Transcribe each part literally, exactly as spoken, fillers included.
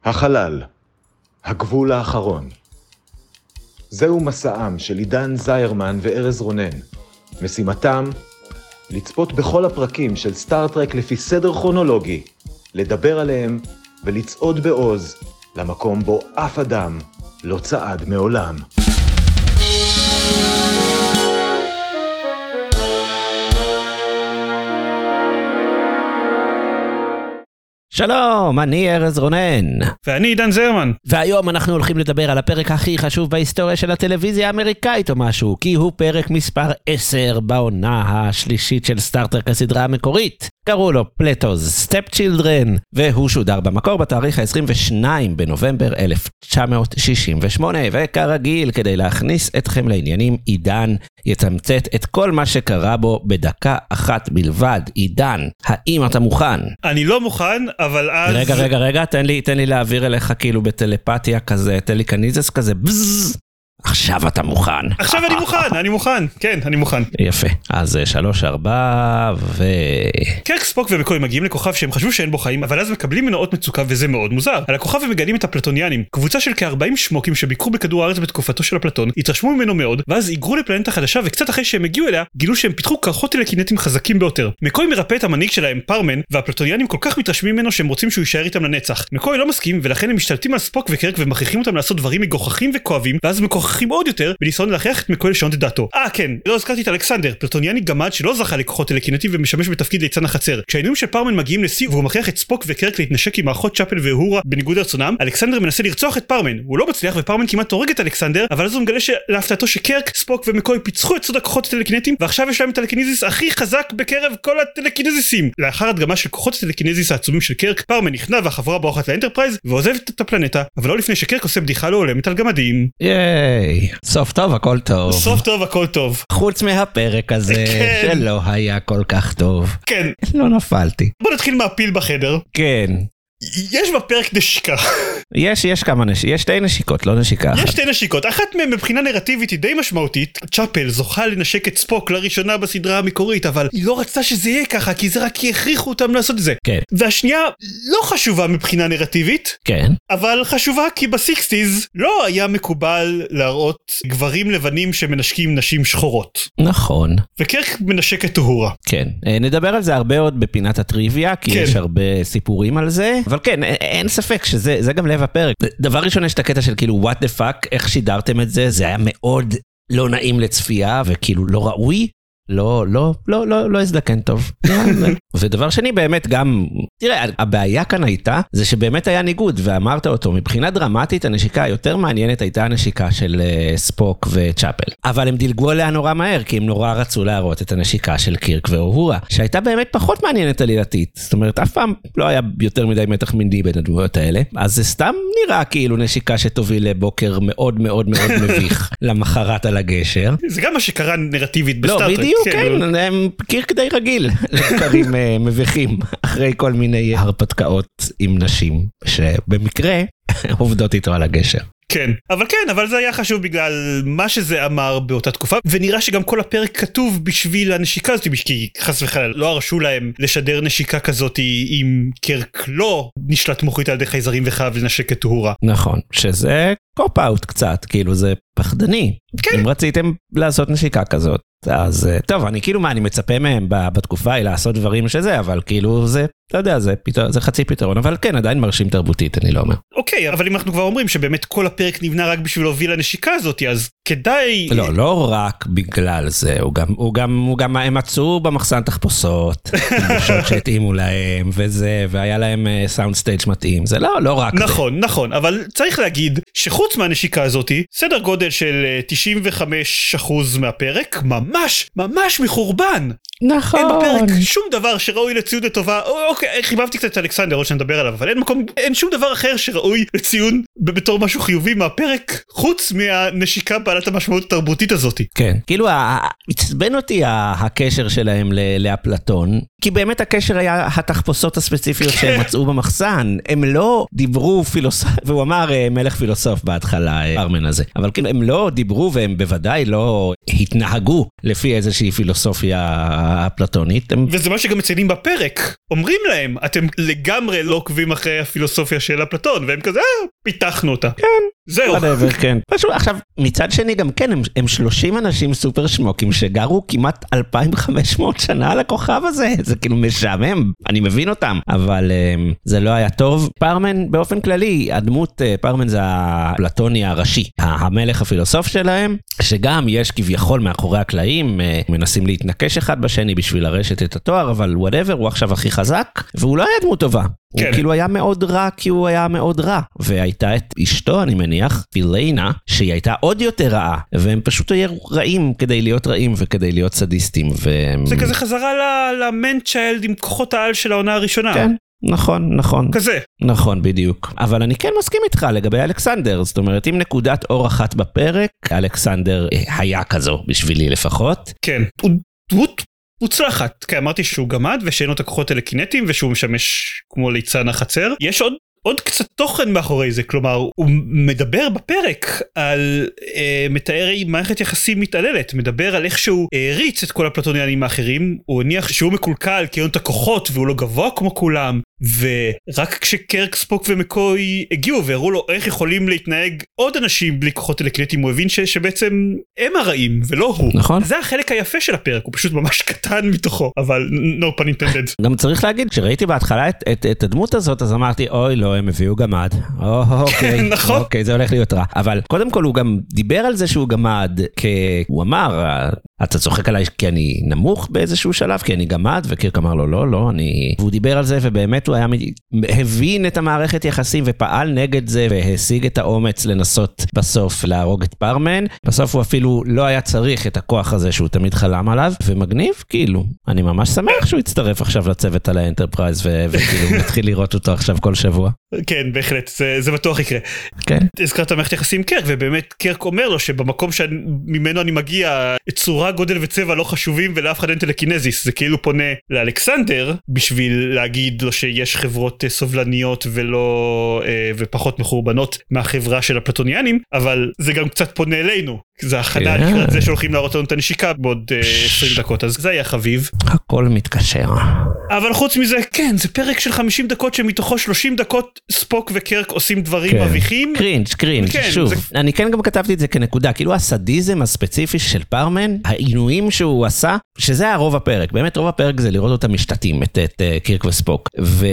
החלל, הגבול האחרון. זהו מסעם של עידן זיירמן וארז רונן. משימתם, לצפות בכל הפרקים של סטארטרק לפי סדר כרונולוגי, לדבר עליהם ולצעוד בעוז למקום בו אף אדם לא צעד מעולם. שלום, אני ארז רונן. ואני עידן זיירמן. והיום אנחנו הולכים לדבר על הפרק הכי חשוב בהיסטוריה של הטלוויזיה האמריקאית או משהו, כי הוא פרק מספר עשר בעונה השלישית של סטארטרק הסדרה המקורית. קראו לו פלטוז סטפ צ'ילדרן, והוא שודר במקור בתאריך ה-עשרים ושניים בנובמבר אלף תשע מאות שישים ושמונה, וכרגיל, כדי להכניס אתכם לעניינים, עידן יתמצת את כל מה שקרה בו בדקה אחת בלבד. עידן, האם אתה מוכן? אני לא מוכן, אבל אז... רגע, רגע, רגע, תן לי, תן לי להעביר אליך כאילו בטלפתיה כזה, טליקניזס כזה, בזז. עכשיו אתה מוכן. עכשיו אני מוכן, אני מוכן. כן, אני מוכן. יפה. אז שלוש, ארבע, ו... קרק, ספוק ומקוי מגיעים לכוכב שהם חשבו שאין בו חיים, אבל אז מקבלים מנועות מצוקה וזה מאוד מוזר. על הכוכב הם מגלים את הפלטוניאנים, קבוצה של כ-ארבעים שמוקים שביקרו בכדור הארץ בתקופתו של אפלטון, התרשמו ממנו מאוד, ואז היגרו לפלנטה חדשה, וקצת אחרי שהם הגיעו אליה, גילו שהם פיתחו קרחות טלקינטיים חזקים ביותר. מקוי מרפא את המנהיג שלהם, פרמן, והפלטוניאנים כל כך מתרשמים ממנו שהם רוצים שהוא יישאר איתם לנצח. מקוי לא מסכים, ולכן הם משתלטים על ספוק וקרק ומכריחים אותם לעשות דברים מגוחכים וכואבים, ואז מכוחכים עוד יותר בניסיון להכריח את מקוי לשנות את דעתו. אה כן, לא הזכרתי את אלכסנדר, פלטוניאני גמד שלא זכה לכוחות טלקינטיים ומשמש בתפקיד ליצן החצר. כשהעינויים של פרמן מגיעים לשיא והוא מכריח את ספוק וקרק להתנשק עם האחות צ'אפל והורה בניגוד לרצונם, אלכסנדר מנסה לרצוח את פרמן. הוא לא מצליח ופרמן כמעט הורג את אלכסנדר, אבל אז הוא מגלה שלהפתעתו שקרק, ספוק ומקוי פיצחו את סוד הכוחות הטלקינטיים, ועכשיו יש להם את הטלקינזיס הכי חזק בקרב כל הטלקינזיסים. לאחר הדגמה של כוחות הטלקינזיס העצומים של קרק, פרמן נכנע והחבורה בורחת לאנטרפרייז ועוזבת את הפלנטה, אבל לא לפני שקרק עושה בדיחה לא הולמת על גמדים. ייי, סוף טוב, הכל טוב. סוף טוב, הכל טוב. חוץ מהפרק הזה, כן. שלא היה כל כך טוב. כן. לא נפלתי. בוא נתחיל מהפיל בחדר. כן. יש בפרק נשיקה. יש, יש כמה נשיקות, יש שתי נשיקות, לא נשיקה אחת. יש שתי נשיקות, אחת מהן מבחינה נרטיבית היא די משמעותית. צ'אפל זוכה לנשק את ספוק לראשונה בסדרה המקורית, אבל היא לא רצתה שזה יהיה ככה, כי זה רק יכריחו אותם לעשות את זה. כן. והשנייה לא חשובה מבחינה נרטיבית, כן. אבל חשובה כי בסיקסטיז לא היה מקובל להראות גברים לבנים שמנשקים נשים שחורות. נכון. וקרק מנשק את טהורה. כן. נדבר על זה הרבה עוד בפינת הטריוויה, כי כן. יש הרבה סיפורים על זה, אבל כן, אין ספק שזה זה גם לב הפרק. דבר ראשון, יש את הקטע של כאילו, what the fuck, איך שידרתם את זה? זה היה מאוד לא נעים לצפייה, וכאילו לא ראוי. לא, לא, לא, לא, לא הזדקן טוב. ודבר שני, באמת גם, תראה, הבעיה כאן הייתה, זה שבאמת היה ניגוד, ואמרת אותו, מבחינה דרמטית, הנשיקה היותר מעניינת הייתה הנשיקה של uh, ספוק וצ'אפל. אבל הם דילגו עליה נורא מהר, כי הם נורא רצו להראות את הנשיקה של קירק ואוהורה, שהייתה באמת פחות מעניינת עלילתית. זאת אומרת, אף פעם לא היה יותר מדי מתח מיני בין הדמויות האלה, אז זה סתם נראה כאילו נשיקה שתוביל לבוקר מאוד מאוד מאוד מביך למחרת על הגשר. זה גם מה שקרה נרטיבית בסטארטרק. לא, בדיוק, כן, הם קירק די רגיל לדברים מביכים, אחרי כל מיני הרפתקאות עם נשים, שבמקרה עובדות איתו על הגשר. כן, אבל כן, אבל זה היה חשוב בגלל מה שזה אמר באותה תקופה, ונראה שגם כל הפרק כתוב בשביל הנשיקה הזאת, כי חס וחלילה לא הרשו להם לשדר נשיקה כזאת אם קרק לא נשלט מוחית על ידי חייזרים וחייב לנשק את טהורה. נכון, שזה קופ-אאוט קצת, כאילו זה פחדני. כן. אם רציתם לעשות נשיקה כזאת, אז טוב, אני כאילו מה, אני מצפה מהם בתקופה היא לעשות דברים שזה, אבל כאילו זה, אתה יודע, זה, פתר, זה חצי פתרון, אבל כן, עדיין מרשים תרבותית, אני לא אומר. אוקיי, אבל אם אנחנו כבר אומרים שבאמת כל הפרק נבנה רק בשביל להוביל לנשיקה הזאת, אז כדאי... לא, לא רק בגלל זה, הוא גם, הוא גם, הוא גם, הם מצאו במחסן תחפושות, תלבושות שהתאימו להם, וזה, והיה להם סאונד סטייג' מתאים, זה לא, לא רק זה. נכון, נכון, אבל צריך להגיד שחוץ מהנשיקה הזאת, סדר גודל של תשעים וחמישה אחוז מהפרק, ממש, ממש מחורבן. נכון. אין בפרק שום דבר שראוי לציון לטובה. אוקיי, חיבבתי קצת את אלכסנדר, עוד שנדבר עליו, אבל אין מקום, אין שום דבר אחר שראוי לציון בתור משהו חיובי מהפרק, חוץ מהנשיקה בעלת המשמעות התרבותית הזאת. כן, כאילו, עצבן אותי הקשר שלהם לאפלטון, כי באמת הקשר היה התחפושות הספציפיות שהם מצאו במחסן. הם לא דיברו פילוסוף, והוא אמר מלך פילוסוף בהתחלה, פארמן הזה. אבל כאילו הם לא דיברו והם בוודאי לא התנהגו לפי איזושהי פילוסופיה אפלטונית. וזה מה שגם מציינים בפרק. אומרים להם, אתם לגמרי לא עוקבים אחרי הפילוסופיה של אפלטון, והם כזה, אה, פיתחנו אותה. כן. זהו. כן. פשוט, עכשיו, מצד שני גם כן, הם, הם שלושים אנשים סופר שמוקים שגרו כמעט אלפיים וחמש מאות שנה על הכוכב הזה. זה כאילו משעמם, אני מבין אותם, אבל um, זה לא היה טוב. פארמן, באופן כללי, הדמות, uh, פארמן זה הפלטוני הראשי, המלך הפילוסוף שלהם, שגם יש כביכול מאחורי הקלעים, uh, מנסים להתנקש אחד בשני בשביל לרשת את התואר, אבל whatever, הוא עכשיו הכי חזק, והוא לא היה דמות טובה. כן. הוא כאילו היה מאוד רע, כי הוא היה מאוד רע. והייתה את אשתו, אני מניח, פיליינה, שהיא הייתה עוד יותר רעה, והם פשוט היו רעים כדי להיות רעים וכדי להיות סדיסטים. ו... זה כזה חזרה למן צ'יילד עם כוחות העל של העונה הראשונה. כן. נכון, נכון. כזה. נכון, בדיוק. אבל אני כן מסכים איתך לגבי אלכסנדר. זאת אומרת, עם נקודת אור אחת בפרק, אלכסנדר היה כזו, בשבילי לפחות. כן. הוא דמות מוצלחת. כי אמרתי שהוא גמד ושאין לו את הכוחות טלקינטיים ושהוא משמש כמו ליצן החצר. יש עוד עוד קצת תוכן מאחורי זה, כלומר, הוא מדבר בפרק על אה, מתארי מערכת יחסים מתעללת, מדבר על איך שהוא העריץ את כל הפלטוניאנים האחרים, הוא הניח שהוא מקולקל כי אין את הכוחות והוא לא גבוה כמו כולם, ורק כשקרק, ספוק ומקוי הגיעו והראו לו איך יכולים להתנהג עוד אנשים בלי כוחות טלקינטיים, הוא הבין ש, שבעצם הם הרעים ולא הוא. נכון. זה החלק היפה של הפרק, הוא פשוט ממש קטן מתוכו, אבל no pun intended. גם צריך להגיד, כשראיתי בהתחלה את, את, את הדמות הזאת, אז אמרתי, אוי לא, הם הביאו גמד. או, אוקיי, נכון. אוקיי, זה הולך להיות רע. אבל קודם כל הוא גם דיבר על זה שהוא גמד, כי הוא אמר, אתה צוחק עליי כי אני נמוך באיזשהו שלב, כי אני גמד, וקירק אמר לו, לא, לא, אני... והוא דיבר על זה, ובאמת הוא היה הבין את המערכת יחסים, ופעל נגד זה, והשיג את האומץ לנסות בסוף להרוג את פארמן. בסוף הוא אפילו לא היה צריך את הכוח הזה שהוא תמיד חלם עליו, ומגניב, כאילו. אני ממש שמח שהוא יצטרף עכשיו לצוות על האנטרפרייז, וכאילו מתחיל לראות אותו עכשיו כל שבוע. כן, בהחלט, זה, זה בטוח יקרה. כן. הזכרת מערכת יחסים קרק, ובאמת קרק אומר לו שבמקום שממנו אני מגיע, צורה, גודל וצבע לא חשובים, ולאף אחד אין טלקינזיס. זה כאילו פונה לאלכסנדר, בשביל להגיד לו שיש חברות סובלניות ולא, ופחות מחורבנות מהחברה של הפלטוניאנים, אבל זה גם קצת פונה אלינו. זה הכנה לקראת זה שהולכים להראות לנו את הנשיקה בעוד עשרים דקות, אז זה היה חביב. הכל מתקשר. אבל חוץ מזה, כן, זה פרק של חמישים דקות שמתוכו שלושים דקות ספוק וקרק עושים דברים מביכים. קרינג', קרינג', שוב. אני כן גם כתבתי את זה כנקודה, כאילו הסדיזם הספציפי של פארמן, העינויים שהוא עשה, שזה היה רוב הפרק. באמת רוב הפרק זה לראות אותם משתתים, את קירק וספוק.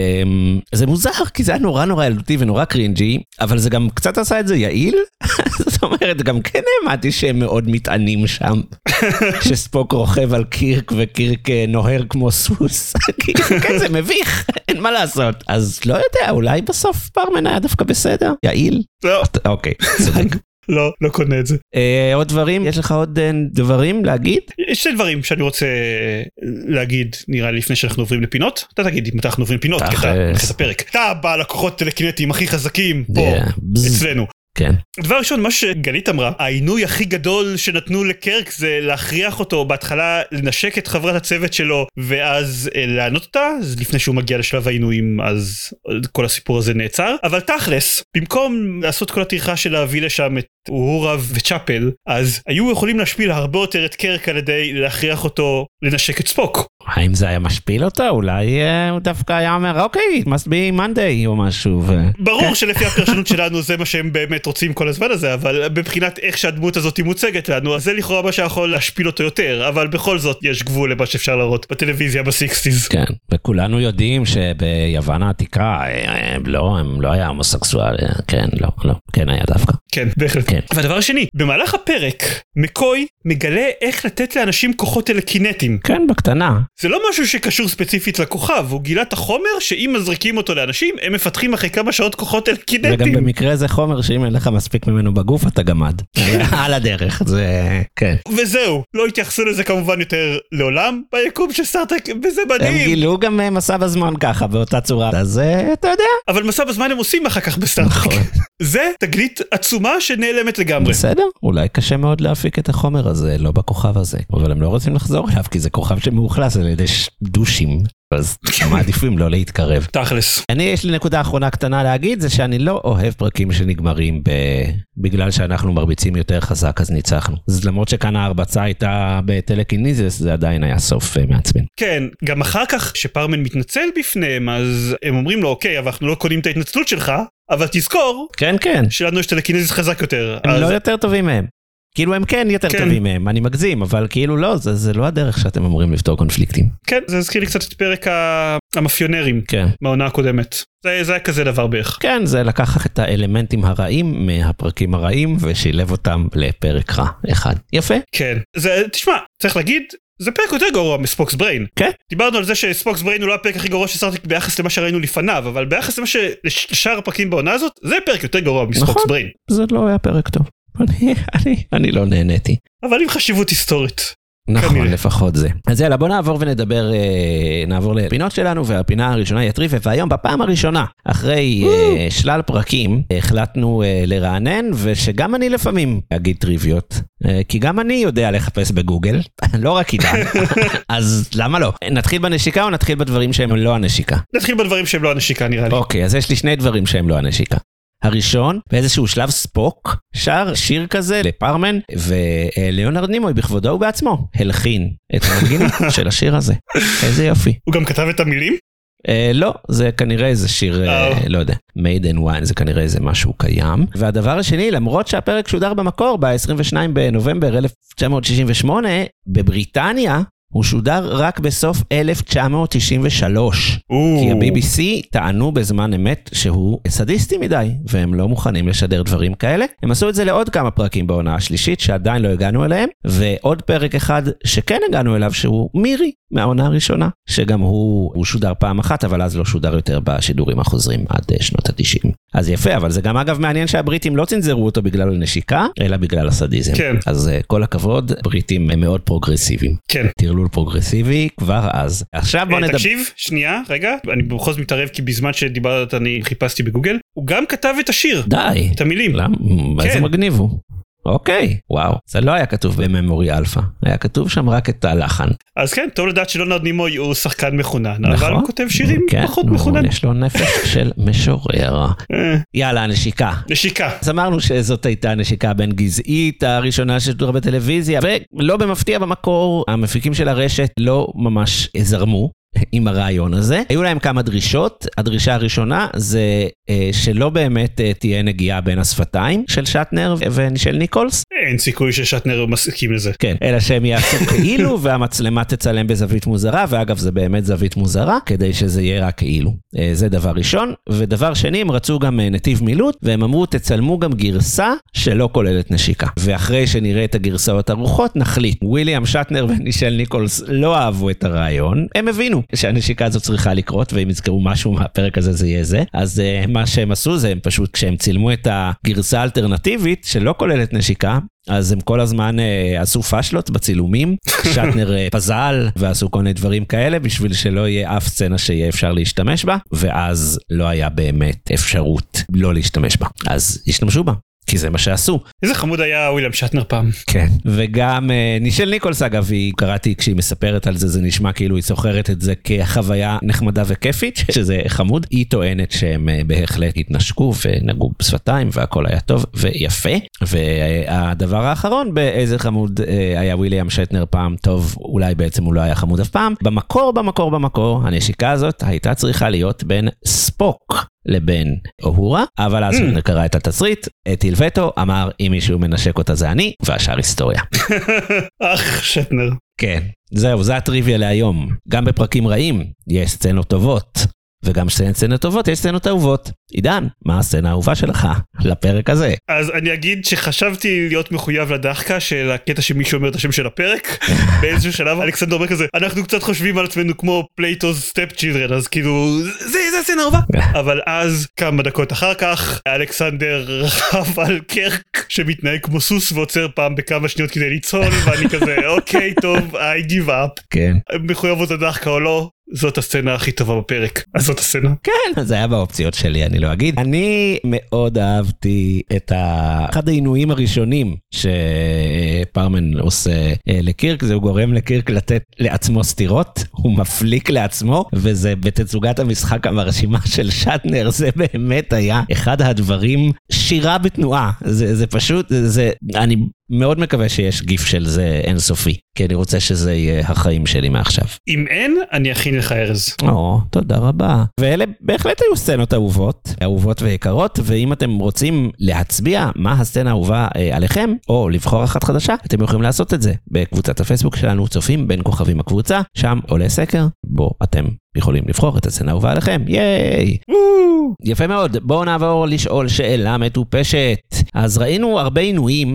וזה מוזר, כי זה היה נורא נורא ילדותי ונורא קרינג'י, אבל זה גם קצת עשה את זה יעיל. זאת אומרת, גם כן האמנתי שהם מאוד מתענים שם. שספוק רוכב על קירק וקירק נוהר כמו סוס. כן, זה מביך, אין מה לעשות. אז לא יודע, אולי בסוף פארמן היה דווקא בסדר? יעיל? לא. אוקיי, צודק. לא, לא קונה את זה. עוד דברים? יש לך עוד דברים להגיד? יש שתי דברים שאני רוצה להגיד, נראה לי לפני שאנחנו עוברים לפינות. אתה תגיד אם אנחנו עוברים לפינות, כי אתה נכנס לפרק. אתה בעל הכוחות טלקינטיים הכי חזקים פה, אצלנו. כן. דבר ראשון, מה שגלית אמרה, העינוי הכי גדול שנתנו לקרק זה להכריח אותו בהתחלה לנשק את חברת הצוות שלו ואז לענות אותה, אז לפני שהוא מגיע לשלב העינויים אז כל הסיפור הזה נעצר, אבל תכלס, במקום לעשות כל התריכה של להביא לשם את אוהורה וצ'אפל, אז היו יכולים להשפיל הרבה יותר את קרק על ידי להכריח אותו לנשק את ספוק. האם זה היה משפיל אותו? אולי הוא דווקא היה אומר, אוקיי, must be Monday או משהו. ברור שלפי הפרשנות שלנו זה מה שהם באמת רוצים כל הזמן הזה, אבל בבחינת איך שהדמות הזאת היא מוצגת לנו, אז זה לכאורה מה שיכול להשפיל אותו יותר, אבל בכל זאת יש גבול למה שאפשר לראות בטלוויזיה בסיקסטיז. כן, וכולנו יודעים שביוון העתיקה, לא, הם לא היה הומוסקסואל, כן, לא, לא, כן היה דווקא. כן, בהחלט. כן. והדבר השני, במהלך הפרק, מקוי מגלה איך לתת לאנשים כוחות טלקינטיים. כן, בקטנה. זה לא משהו שקשור ספציפית לכוכב, הוא גילה את החומר שאם מזריקים אותו לאנשים, הם מפתחים אחרי כמה שעות כוחות טלקינטיים. וגם במקרה זה חומר שאם אין לך מספיק ממנו בגוף, אתה גמד. על הדרך, זה... כן. וזהו, לא התייחסו לזה כמובן יותר לעולם ביקום של סטארטרק, וזה מדהים. הם גילו גם מסע בזמן ככה, באותה צורה, אז אתה יודע. אבל מסע בזמן הם עושים אחר כך בסטארטרק. זה תגלית עצומה שנעלמת לגמרי. בסדר, אולי קשה מאוד להפיק את החומר הזה, לא בכוכב הזה, אבל הם לא רוצים לחזור אליו, כי זה כוכב שמאוכלס על ידי דושים, אז מעדיפים לא להתקרב. תכלס. אני, יש לי נקודה אחרונה קטנה להגיד, זה שאני לא אוהב פרקים שנגמרים ב... בגלל שאנחנו מרביצים יותר חזק, אז ניצחנו. אז למרות שכאן ההרבצה הייתה בטלקיניזיס, זה עדיין היה סוף מעצבן. כן, גם אחר כך שפרמן מתנצל בפניהם, אז הם אומרים לו, אוקיי, אבל אנחנו לא קונים את ההתנצלות שלך, אבל תזכור, כן, כן. שלנו יש טלקיניזיס חזק יותר. הם אז... לא יותר טובים מהם. כאילו הם כן יותר כן. טובים מהם, אני מגזים, אבל כאילו לא, זה, זה לא הדרך שאתם אמורים לפתור קונפליקטים. כן, זה הזכיר לי קצת את פרק המאפיונרים, כן. מהעונה הקודמת. זה, זה היה כזה דבר בערך. כן, זה לקח את האלמנטים הרעים מהפרקים הרעים, ושילב אותם לפרק רע אחד. יפה. כן, זה, תשמע, צריך להגיד, זה פרק יותר גרוע מספוקס בריין. כן. דיברנו על זה שספוקס בריין הוא לא הפרק הכי גרוע שסרטיק ביחס למה שראינו לפניו, אבל ביחס למה שלשאר הפרקים בעונה הזאת, זה פרק יותר גרוע מספוקס נכון, בריין. זה לא היה פרק טוב. אני, אני, אני לא נהניתי. אבל עם חשיבות היסטורית. נכון, כנראה. לפחות זה. אז יאללה, בוא נעבור ונדבר, נעבור לפינות שלנו, והפינה הראשונה היא הטריוויה, והיום בפעם הראשונה, אחרי שלל פרקים, החלטנו לרענן, ושגם אני לפעמים אגיד טריוויות, כי גם אני יודע לחפש בגוגל, לא רק איתן, אז למה לא? נתחיל בנשיקה או נתחיל בדברים שהם לא הנשיקה? נתחיל בדברים שהם לא הנשיקה נראה לי. אוקיי, אז יש לי שני דברים שהם לא הנשיקה. הראשון, באיזשהו שלב ספוק, שר שיר כזה לפרמן, וליאונרד נימוי בכבודו ובעצמו הלחין את המנגינה של השיר הזה. איזה יופי. הוא גם כתב את המילים? אה, לא, זה כנראה איזה שיר, אה, לא יודע, Made in Wine, זה כנראה איזה משהו קיים. והדבר השני, למרות שהפרק שודר במקור, ב-עשרים ושניים בנובמבר אלף תשע מאות שישים ושמונה, בבריטניה, הוא שודר רק בסוף אלף תשע מאות תשעים ושלוש, כי ה-בי בי סי טענו בזמן אמת שהוא סדיסטי מדי, והם לא מוכנים לשדר דברים כאלה. הם עשו את זה לעוד כמה פרקים בעונה השלישית, שעדיין לא הגענו אליהם, ועוד פרק אחד שכן הגענו אליו, שהוא מירי, מהעונה הראשונה, שגם הוא, הוא שודר פעם אחת, אבל אז לא שודר יותר בשידורים החוזרים עד שנות ה-תשעים. אז יפה, אבל זה גם אגב מעניין שהבריטים לא צנזרו אותו בגלל הנשיקה, אלא בגלל הסדיזם. כן. אז כל הכבוד, בריטים הם מאוד פרוגרסיביים. כן. תרלול פרוגרסיבי כבר אז. עכשיו בוא נדבר. תקשיב, שנייה, רגע, אני בכל זאת מתערב כי בזמן שדיברת אני חיפשתי בגוגל, הוא גם כתב את השיר. די. את המילים. למה? איזה מגניב הוא. אוקיי, וואו. זה לא היה כתוב בממורי אלפא. היה כתוב שם רק את הלחן. אז כן, טוב לדעת שלאונרד נימוי הוא שחקן מחונן, אבל הוא כותב שירים פחות כן, מחונן. יש לו נפש של משורר. יאללה, נשיקה. נשיקה. אז אמרנו שזאת הייתה נשיקה בין גזעית הראשונה שתורה בטלוויזיה, ולא במפתיע במקור, המפיקים של הרשת לא ממש זרמו עם הרעיון הזה. היו להם כמה דרישות. הדרישה הראשונה זה אה, שלא באמת אה, תהיה נגיעה בין השפתיים של שטנר ושל ניקולס. אין סיכוי ששטנר מסכים לזה. כן, אלא שהם יעשו כאילו והמצלמה תצלם בזווית מוזרה, ואגב זה באמת זווית מוזרה, כדי שזה יהיה רק כאילו. אה, זה דבר ראשון. ודבר שני, הם רצו גם אה, נתיב מילוט, והם אמרו תצלמו גם גרסה שלא כוללת נשיקה. ואחרי שנראה את הגרסאות הרוחות, נחליט. וויליאם שטנר ונישל ניקולס לא אהבו את הרעיון. הם הבינו שהנשיקה הזאת צריכה לקרות, והם יזכרו משהו מהפרק הזה זה יהיה זה. אז uh, מה שהם עשו זה, הם פשוט כשהם צילמו את הגרסה האלטרנטיבית, שלא כוללת נשיקה, אז הם כל הזמן uh, עשו פשלות בצילומים, שטנר uh, פזל, ועשו כל מיני דברים כאלה, בשביל שלא יהיה אף סצנה שיהיה אפשר להשתמש בה, ואז לא היה באמת אפשרות לא להשתמש בה. אז השתמשו בה. כי זה מה שעשו. איזה חמוד היה וויליאם שטנר פעם. כן. וגם נישל ניקולס, אגב, היא קראתי כשהיא מספרת על זה, זה נשמע כאילו היא זוכרת את זה כחוויה נחמדה וכיפית, שזה חמוד. היא טוענת שהם בהחלט התנשקו ונגעו בשפתיים, והכל היה טוב ויפה. והדבר האחרון, באיזה חמוד היה וויליאם שטנר פעם, טוב, אולי בעצם הוא לא היה חמוד אף פעם. במקור, במקור, במקור, הנשיקה הזאת הייתה צריכה להיות בין ספוק לבין אוהורה, אבל אז הוא קרא את התסריט, את הלווטו, אמר, אם מישהו מנשק אותה זה אני, והשאר היסטוריה. אך, שטנר. כן, זהו, זה הטריוויה להיום. גם בפרקים רעים יש סצנות טובות, וגם סצנות טובות יש סצנות אהובות. עידן, מה הסצנה האהובה שלך לפרק הזה? אז אני אגיד שחשבתי להיות מחויב לדחקה של הקטע שמישהו אומר את השם של הפרק. באיזשהו שלב אלכסנדר אומר כזה, אנחנו קצת חושבים על עצמנו כמו פלייטו's סטפ צ'ילדרן, אז כאילו, זה, זה הסצנה אהובה. אבל אז כמה דקות אחר כך, אלכסנדר רכב על קרק שמתנהג כמו סוס ועוצר פעם בכמה שניות כדי ליצול, ואני כזה, אוקיי, טוב, I give up. כן. מחויבות לדחקה או לא? זאת הסצנה הכי טובה בפרק. אז זאת הסצנה. כן, זה היה באופציות שלי, אני לא אגיד. אני מאוד אהבתי את אחד העינויים הראשונים שפרמן עושה לקירק, זה הוא גורם לקירק לתת לעצמו סתירות, הוא מפליק לעצמו, וזה בתצוגת המשחק המרשימה של שטנר, זה באמת היה אחד הדברים, שירה בתנועה, זה, זה פשוט, זה, אני מאוד מקווה שיש גיף של זה אינסופי, כי אני רוצה שזה יהיה החיים שלי מעכשיו. אם אין, אני אכין לך ארז. או, תודה רבה. ואלה בהחלט היו סצנות אהובות, אהובות ויקרות, ואם אתם רוצים להצביע מה הסצנה האהובה אה, עליכם, או לבחור אחת חדשה, אתם יכולים לעשות את זה בקבוצת הפייסבוק שלנו, צופים בין כוכבים הקבוצה, שם עולה סקר, בו אתם יכולים לבחור את הסצנה האהובה עליכם, ייי! יפה מאוד, בואו נעבור לשאול שאלה מטופשת. אז ראינו הרבה עינויים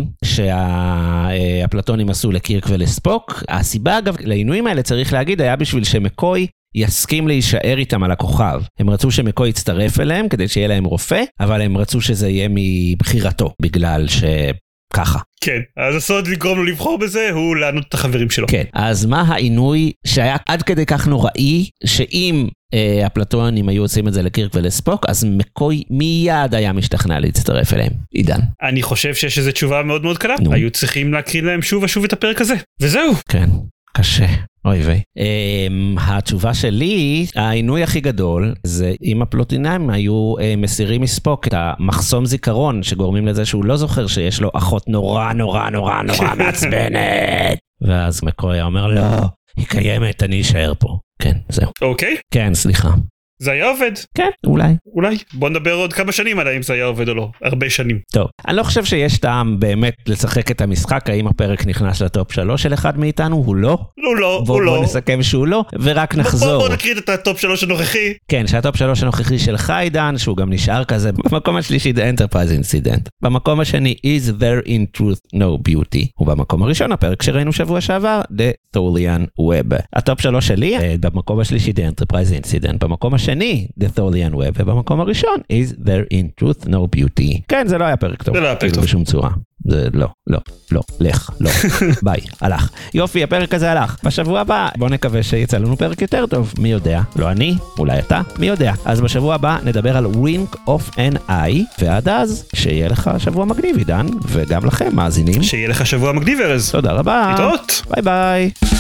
שהפלטונים עשו לקירק ולספוק. הסיבה אגב לעינויים האלה צריך להגיד היה בשביל שמקוי יסכים להישאר איתם על הכוכב. הם רצו שמקוי יצטרף אליהם כדי שיהיה להם רופא, אבל הם רצו שזה יהיה מבחירתו, בגלל ש... ככה. כן, אז הסוד לגרום לו לבחור בזה הוא לענות את החברים שלו. כן, אז מה העינוי שהיה עד כדי כך נוראי, שאם אה, הפלטונים היו עושים את זה לקירק ולספוק, אז מקוי מיד היה משתכנע להצטרף אליהם. עידן. אני חושב שיש איזו תשובה מאוד מאוד קלה. נו. היו צריכים להקריא להם שוב ושוב את הפרק הזה. וזהו. כן. קשה, אוי וי. Um, התשובה שלי, העינוי הכי גדול, זה אם הפלוטינאים היו uh, מסירים מספוק את המחסום זיכרון, שגורמים לזה שהוא לא זוכר שיש לו אחות נורא נורא נורא נורא מעצבנת. ואז מקוי אומר, לא, היא קיימת, אני אשאר פה. כן, זהו. אוקיי. כן, סליחה. זה היה עובד. כן, אולי. אולי. בוא נדבר עוד כמה שנים עליי אם זה היה עובד או לא. הרבה שנים. טוב, אני לא חושב שיש טעם באמת לשחק את המשחק, האם הפרק נכנס לטופ שלוש של אחד מאיתנו, הוא לא. הוא לא, בוא, הוא לא. בוא נסכם שהוא לא, ורק נחזור. בוא, בוא נקריא את הטופ שלוש הנוכחי. כן, שהטופ שלוש הנוכחי של חיידן, שהוא גם נשאר כזה, במקום השלישי The Enterprise Incident. במקום השני Is There in Truth No Beauty. ובמקום הראשון, הפרק שראינו שבוע שעבר, The Tholian Web. הטופ שלוש שלי, במקום השלישי The Enterprise Incident. במקום השני, The Tholian Web, ובמקום הראשון, Is There in Truth No Beauty. כן, זה לא היה פרק טוב. זה לא היה פרק טוב. בשום צורה. זה לא, לא, לא, לך, לא, ביי, הלך. יופי, הפרק הזה הלך. בשבוע הבא, בוא נקווה שיצא לנו פרק יותר טוב. מי יודע? לא אני, אולי אתה, מי יודע? אז בשבוע הבא נדבר על Wink of an Eye, ועד אז, שיהיה לך שבוע מגניב, עידן, וגם לכם, מאזינים. שיהיה לך שבוע מגניב, ארז. תודה רבה. להתראות. ביי ביי.